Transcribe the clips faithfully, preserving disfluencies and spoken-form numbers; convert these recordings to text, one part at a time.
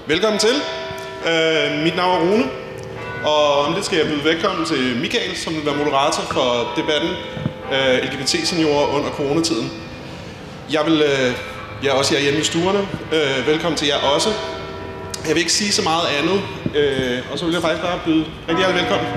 Velkommen til. Uh, mit navn er Rune, og om lidt skal jeg byde velkommen til Michael, som vil være moderator for debatten uh, L G B T-seniorer under coronatiden. Jeg vil uh, jeg er også jer hjemme i stuerne. Uh, velkommen til jer også. Jeg vil ikke sige så meget andet, uh, og så vil jeg faktisk bare byde rigtig hjertelig velkommen.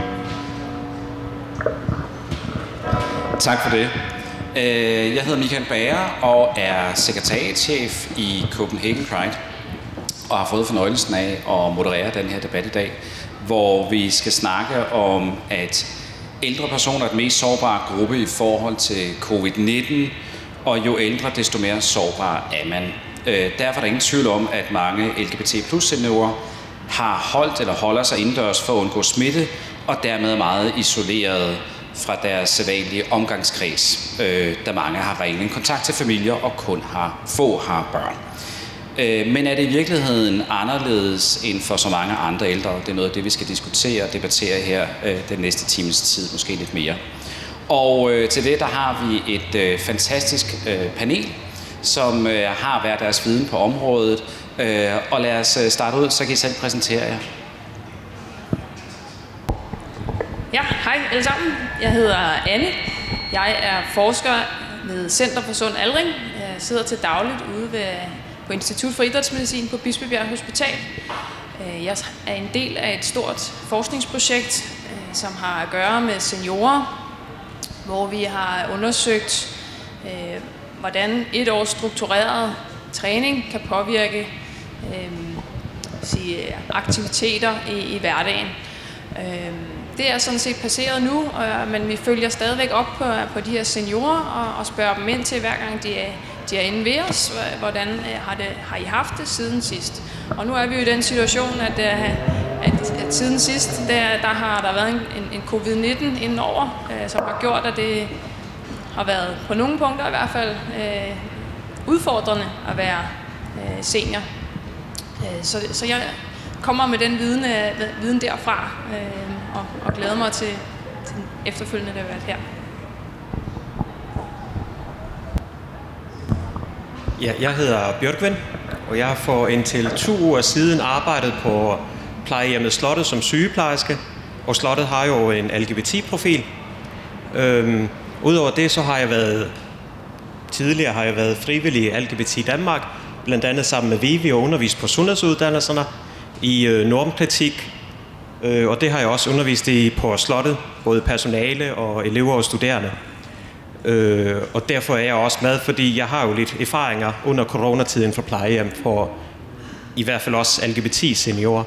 Tak for det. Jeg hedder Michael Bager og er sekretariatschef i Copenhagen Pride og har fået fornøjelsen af at moderere den her debat i dag, hvor vi skal snakke om, at ældre personer er den mest sårbare gruppe i forhold til covid nitten, og jo ældre, desto mere sårbar er man. Derfor er der ingen tvivl om, at mange L G B T plus seniorer har holdt eller holder sig indendørs for at undgå smitte, og dermed er meget isoleret fra deres sædvanlige omgangskreds, øh, da mange har ringen kontakt til familier og kun har få har børn. Øh, men er det i virkeligheden anderledes end for så mange andre ældre? Det er noget af det, vi skal diskutere og debattere her øh, den næste times tid, måske lidt mere. Og øh, til det, der har vi et øh, fantastisk øh, panel, som øh, har hver deres viden på området. Øh, og lad os starte ud, så kan I selv præsentere jer. Ja, hej alle sammen. Jeg hedder Anne. Jeg er forsker ved Center for Sund Aldring. Jeg sidder til dagligt ude ved, på Institut for Idrætsmedicin på Bispebjerg Hospital. Jeg er en del af et stort forskningsprojekt, som har at gøre med seniorer, hvor vi har undersøgt, hvordan et års struktureret træning kan påvirke sige, aktiviteter i, i hverdagen. Det er sådan set passeret nu, men vi følger stadigvæk op på, på de her seniorer og, og spørger dem ind til, hver gang de er, de er inde ved os, hvordan har, det, har I haft det siden sidst. Og nu er vi jo i den situation, at, at, at siden sidst, der, der har der været en, en covid nitten indenover, som har gjort, at det har været på nogle punkter i hvert fald øh, udfordrende at være øh, senior. Så, så jeg kommer med den viden, øh, viden derfra, øh, og, og glæder mig til, til den efterfølgende debat her. Ja, jeg hedder Bjørkven, og jeg har for indtil to uger siden arbejdet på plejehjemmet Slottet som sygeplejerske, og Slottet har jo en L G B T-profil. Øhm, Udover det, så har jeg været, tidligere har jeg været frivillig i L G B T Danmark, blandt andet sammen med Vivi og undervist på sundhedsuddannelserne i øh, normkritik, øh, og det har jeg også undervist i på Slottet, både personale og elever og studerende. Øh, og derfor er jeg også med, fordi jeg har jo lidt erfaringer under coronatiden for plejehjem for i hvert fald også L G B T-seniorer.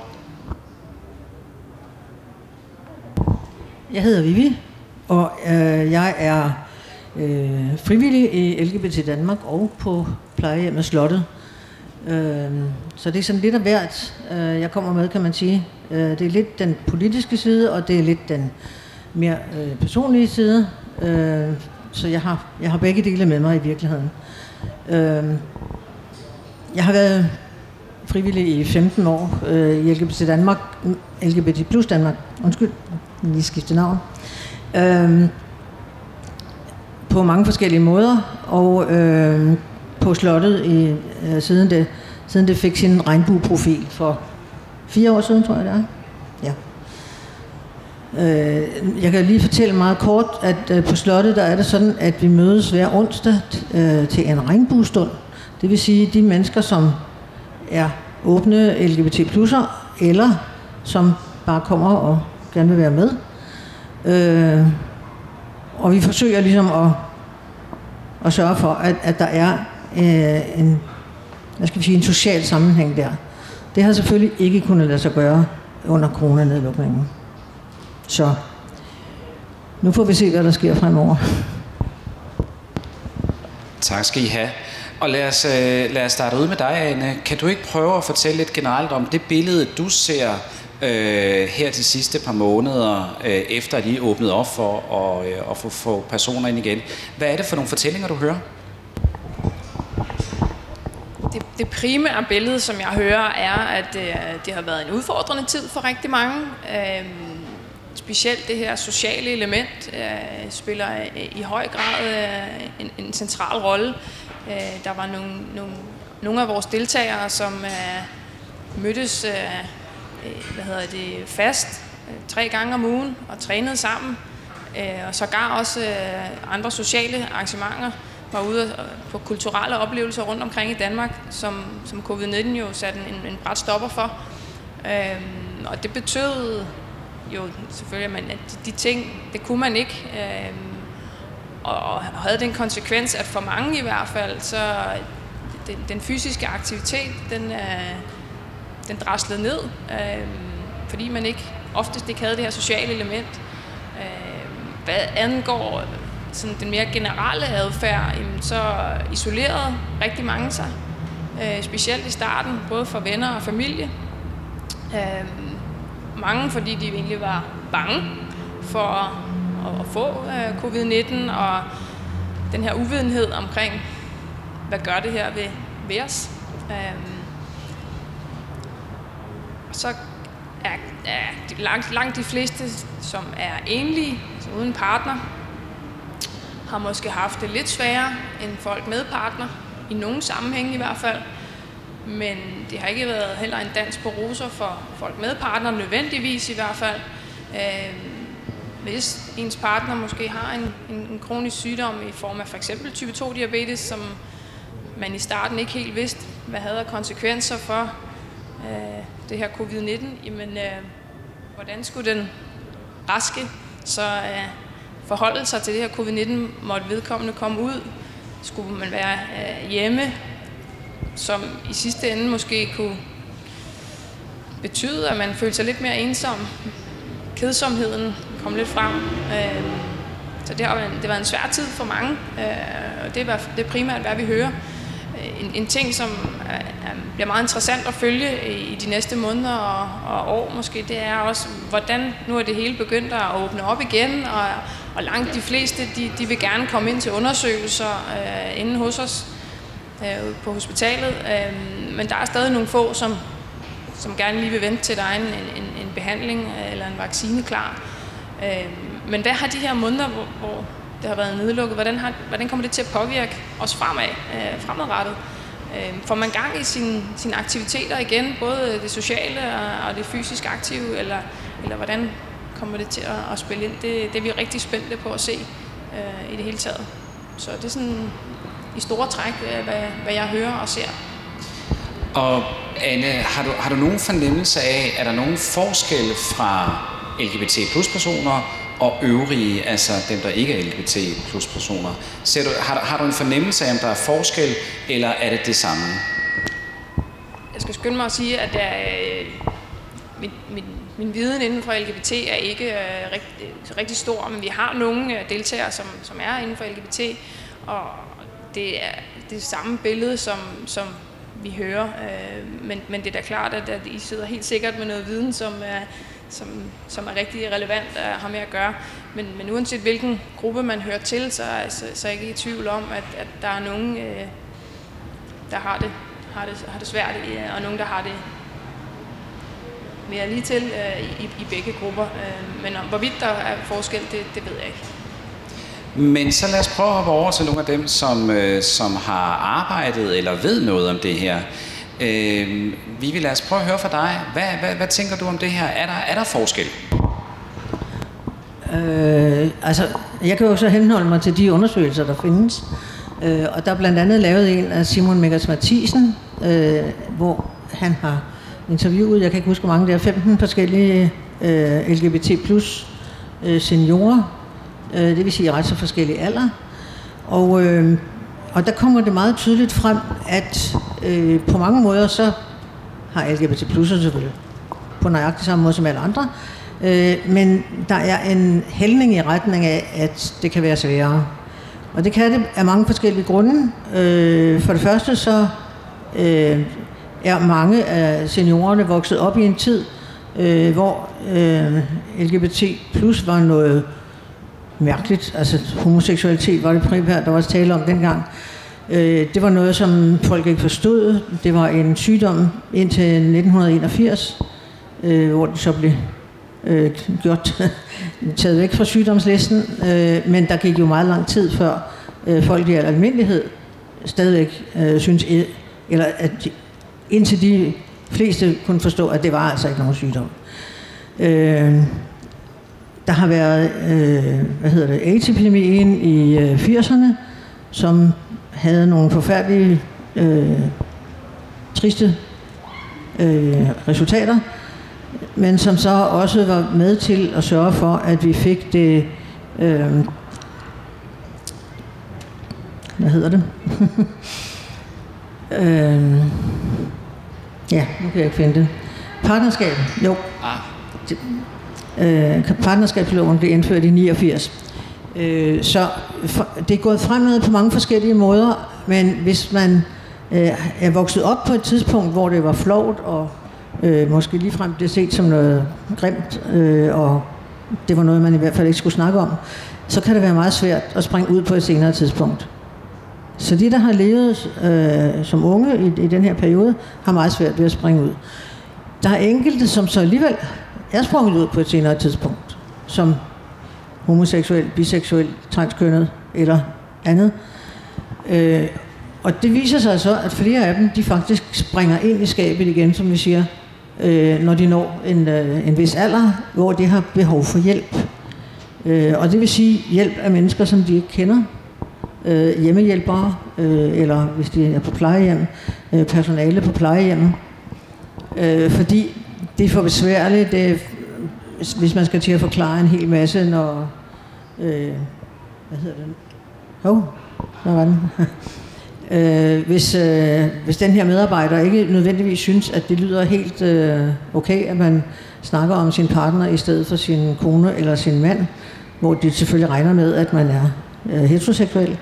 Jeg hedder Vivi, og øh, jeg er øh, frivillig i L G B T Danmark og på plejehjemmet Slottet. Øh, så det er sådan lidt af hvert, øh, jeg kommer med, kan man sige. Øh, det er lidt den politiske side, og det er lidt den mere øh, personlige side. Øh, så jeg har, jeg har begge dele med mig i virkeligheden. Øh, jeg har været frivillig i femten år øh, i L G B T Danmark, L G B T plus Danmark. Undskyld, jeg lige skifte navn. Øh, på mange forskellige måder, og øh, på Slottet i, øh, siden, det, siden det fik sin regnbueprofil for fire år siden, tror jeg det er. Ja. Øh, jeg kan lige fortælle meget kort, at øh, på Slottet der er det sådan, at vi mødes hver onsdag øh, til en regnbuestund. Det vil sige de mennesker, som er åbne L G B T plusser, eller som bare kommer og gerne vil være med. Øh, og vi forsøger ligesom at, at sørge for, at, at der er øh, en, hvad skal vi sige, en social sammenhæng der. Det har selvfølgelig ikke kunnet lade sig gøre under coronanedlukningen. Så nu får vi se, hvad der sker fremover. Tak skal I have. Og lad os, lad os starte ud med dig, Anne. Kan du ikke prøve at fortælle lidt generelt om det billede, du ser øh, her de sidste par måneder, øh, efter at I åbnede op for at, øh, at få, få personer ind igen? Hvad er det for nogle fortællinger, du hører? Det, det primære billede, som jeg hører, er, at øh, det har været en udfordrende tid for rigtig mange. Øh, specielt det her sociale element øh, spiller i høj grad øh, en, en central rolle. Øh, der var nogle, nogle, nogle af vores deltagere, som, øh, mødtes øh, hvad hedder det, fast øh, tre gange om ugen og trænede sammen. Øh, og sågar også øh, andre sociale arrangementer var ude på kulturelle oplevelser rundt omkring i Danmark, som, som covid nitten jo satte en, en brat stopper for. Øh, og det betød jo selvfølgelig, at de, de ting, det kunne man ikke. Øh, og havde den konsekvens, at for mange i hvert fald, så den, den fysiske aktivitet, den, øh, den draslede ned, øh, fordi man ikke oftest ikke havde det her sociale element. Øh, hvad angår sådan den mere generelle adfærd, så isolerede rigtig mange sig, øh, specielt i starten, både for venner og familie. Øh, mange, fordi de egentlig var bange for at, at få øh, covid nitten, og den her uvidenhed omkring, hvad gør det her ved, ved os. Øh, og så er, er de, langt, langt de fleste, som er enlige, altså uden partner, har måske haft det lidt sværere end folk med partner, i nogle sammenhænge i hvert fald. Men det har ikke været heller en dans på roser for folk med partner, nødvendigvis i hvert fald. Øh, hvis ens partner måske har en, en, en kronisk sygdom i form af for eksempel type to diabetes, som man i starten ikke helt vidste, hvad havde af konsekvenser for øh, det her covid nitten, jamen øh, hvordan skulle den raske så øh, forholde sig til det her covid nitten, måtte vedkommende komme ud, skulle man være øh, hjemme, som i sidste ende måske kunne betyde, at man følte sig lidt mere ensom. Kedsomheden kom lidt frem. Øh, så det har været en, det var en svær tid for mange, øh, og det er, det er primært, hvad vi hører. En, en ting, som er, er, bliver meget interessant at følge i, i de næste måneder og, og år måske, det er også, hvordan nu er det hele begyndt at åbne op igen, og, og langt de fleste, de, de vil gerne komme ind til undersøgelser øh, inde hos os øh, på hospitalet, øh, men der er stadig nogle få, som, som gerne lige vil vente til, der er en, en, en behandling eller en vaccine klar. Øh, men hvad har de her måneder, hvor, hvor det har været nedlukket, hvordan, har, hvordan kommer det til at påvirke os fremad, øh, fremadrettet? Øh, får man gang i sine sin aktiviteter igen, både det sociale og, og det fysisk aktive, eller, eller hvordan kommer det til at, at spille ind? Det, det er vi rigtig spændte på at se øh, i det hele taget. Så det er sådan i store træk, hvad, hvad jeg hører og ser. Og Anne, har du, har du nogen fornemmelse af, er der nogen forskelle fra L G B T plus personer og øvrige, altså dem, der ikke er L G B T plus personer? Ser du, har, har du en fornemmelse af, om der er forskel, eller er det det samme? Jeg skal skynde mig at sige, at der, øh, min, min, min viden inden for L G B T er ikke øh, rigtig, rigtig stor, men vi har nogle øh, deltagere, som, som er inden for L G B T, og det er det samme billede, som, som vi hører. Øh, men, men det er da klart, at, at I sidder helt sikkert med noget viden, som er Som, som er rigtig relevant at have med at gøre. Men, men uanset hvilken gruppe man hører til, så, så, så er jeg ikke i tvivl om, at, at der er nogen, øh, der har det, har, det, har det svært, og nogen, der har det mere lige til øh, i, i begge grupper. Øh, men om hvorvidt der er forskel, det, det ved jeg ikke. Men så lad os prøve at hoppe over til nogle af dem, som, øh, som har arbejdet eller ved noget om det her. Øh, vi vil lade os prøve at høre fra dig. Hvad, hvad, hvad tænker du om det her? Er der, er der forskel? Øh, altså, jeg kan jo så henholde mig til de undersøgelser, der findes. Øh, og der er blandt andet lavet en af Simon Meggers Mathisen, øh, hvor han har interviewet, jeg kan ikke huske hvor mange, det er femten forskellige øh, L G B T plus øh, seniorer, øh, det vil sige ret så forskellige alder. Og, øh, og der kommer det meget tydeligt frem, at øh, på mange måder så har L G B T plus'er selvfølgelig på nøjagtig samme måde som alle andre, øh, men der er en hældning i retning af, at det kan være sværere. Og det kan det af mange forskellige grunde. Øh, for det første så øh, er mange af seniorerne vokset op i en tid, øh, hvor øh, L G B T plus var noget mærkeligt. Altså homoseksualitet var det primært, der var tale om dengang. Øh, det var noget, som folk ikke forstod. Det var en sygdom indtil nitten enogfirs, øh, hvor det så blev øh, gjort, taget væk fra sygdomslisten. Øh, men der gik jo meget lang tid før øh, folk i almindelighed stadigvæk øh, synes, eller at de, indtil de fleste kunne forstå, at det var altså ikke nogen sygdom. Øh, der har været, øh, hvad hedder det, AIDS-epidemien i øh, firserne, som havde nogle forfærdelige, øh, triste øh, resultater, men som så også var med til at sørge for, at vi fik det, øh, hvad hedder det? øh, ja, nu kan jeg ikke finde det. Partnerskab, jo. Ah. Øh, partnerskabsloven blev indført i niogfirs. Øh, så for, det er gået fremad på mange forskellige måder, men hvis man øh, er vokset op på et tidspunkt, hvor det var flovt og øh, måske ligefrem blev set som noget grimt, øh, og det var noget, man i hvert fald ikke skulle snakke om, så kan det være meget svært at springe ud på et senere tidspunkt. Så de, der har levet øh, som unge i, i den her periode, har meget svært ved at springe ud. Der er enkelte, som så alligevel er sprunget ud på et senere tidspunkt, som homoseksuel, biseksuel, transkønnet eller andet. Øh, og det viser sig så, at flere af dem, de faktisk springer ind i skabet igen, som vi siger, øh, når de når en, øh, en vis alder, hvor de har behov for hjælp. Øh, og det vil sige hjælp af mennesker, som de ikke kender. Øh, hjemmehjælpere, øh, eller hvis de er på plejehjem, øh, personale på plejehjem. Øh, fordi det er for besværligt, det er, hvis man skal til at forklare en hel masse, når... Øh, hvad hedder det? Hov, oh, der var den. øh, hvis, øh, hvis den her medarbejder ikke nødvendigvis synes, at det lyder helt øh, okay, at man snakker om sin partner i stedet for sin kone eller sin mand, hvor de selvfølgelig regner med, at man er øh, heteroseksuel.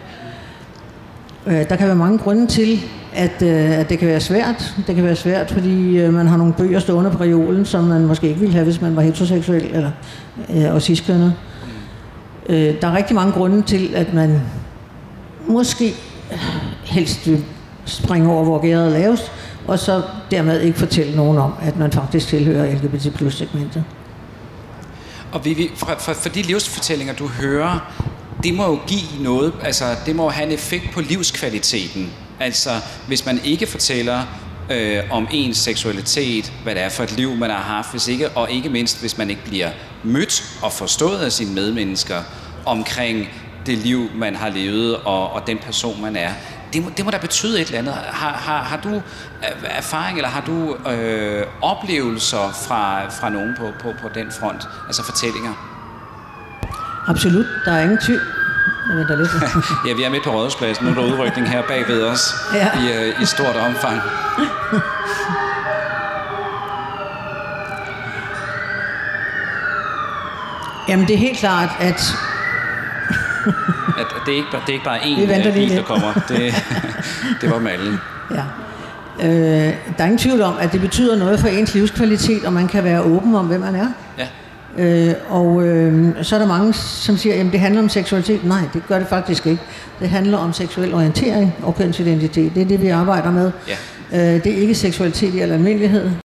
Øh, der kan være mange grunde til, at, øh, at det kan være svært. Det kan være svært, fordi øh, man har nogle bøger stående på reolen, som man måske ikke ville have, hvis man var heteroseksuel eller øh, og ciskønnet. Øh, der er rigtig mange grunde til, at man måske helst vil springe over, hvor gæret er lavest, og så dermed ikke fortælle nogen om, at man faktisk tilhører L G B T plus segmentet. Og Vivi, for, for, for de livsfortællinger, du hører, det må jo give noget, altså det må have en effekt på livskvaliteten. Altså hvis man ikke fortæller øh, om ens seksualitet, hvad det er for et liv, man har haft, hvis ikke, og ikke mindst, hvis man ikke bliver mødt og forstået af sine medmennesker omkring det liv, man har levet, og, og den person, man er. Det må, det må da betyde et eller andet. Har, har, har du erfaring, eller har du øh, oplevelser fra, fra nogen på, på, på den front, altså fortællinger? Absolut, der er ingen tvivl. Jeg venter lidt. Ja, vi er midt på Rådhuspladsen. Nu er der udrykning her bagved os, ja. i, uh, i stort omfang. Jamen, det er helt klart, at... at det, er ikke, det er ikke bare én bil, der kommer. Det, det var mallen. Ja. Øh, der er ingen tvivl om, at det betyder noget for ens livskvalitet, og man kan være åben om, hvem man er. Ja. Øh, og øh, så er der mange, som siger, at det handler om seksualitet. Nej, det gør det faktisk ikke. Det handler om seksuel orientering og kønsidentitet. Det er det, vi arbejder med. Ja. Øh, det er ikke seksualitet i al almindelighed.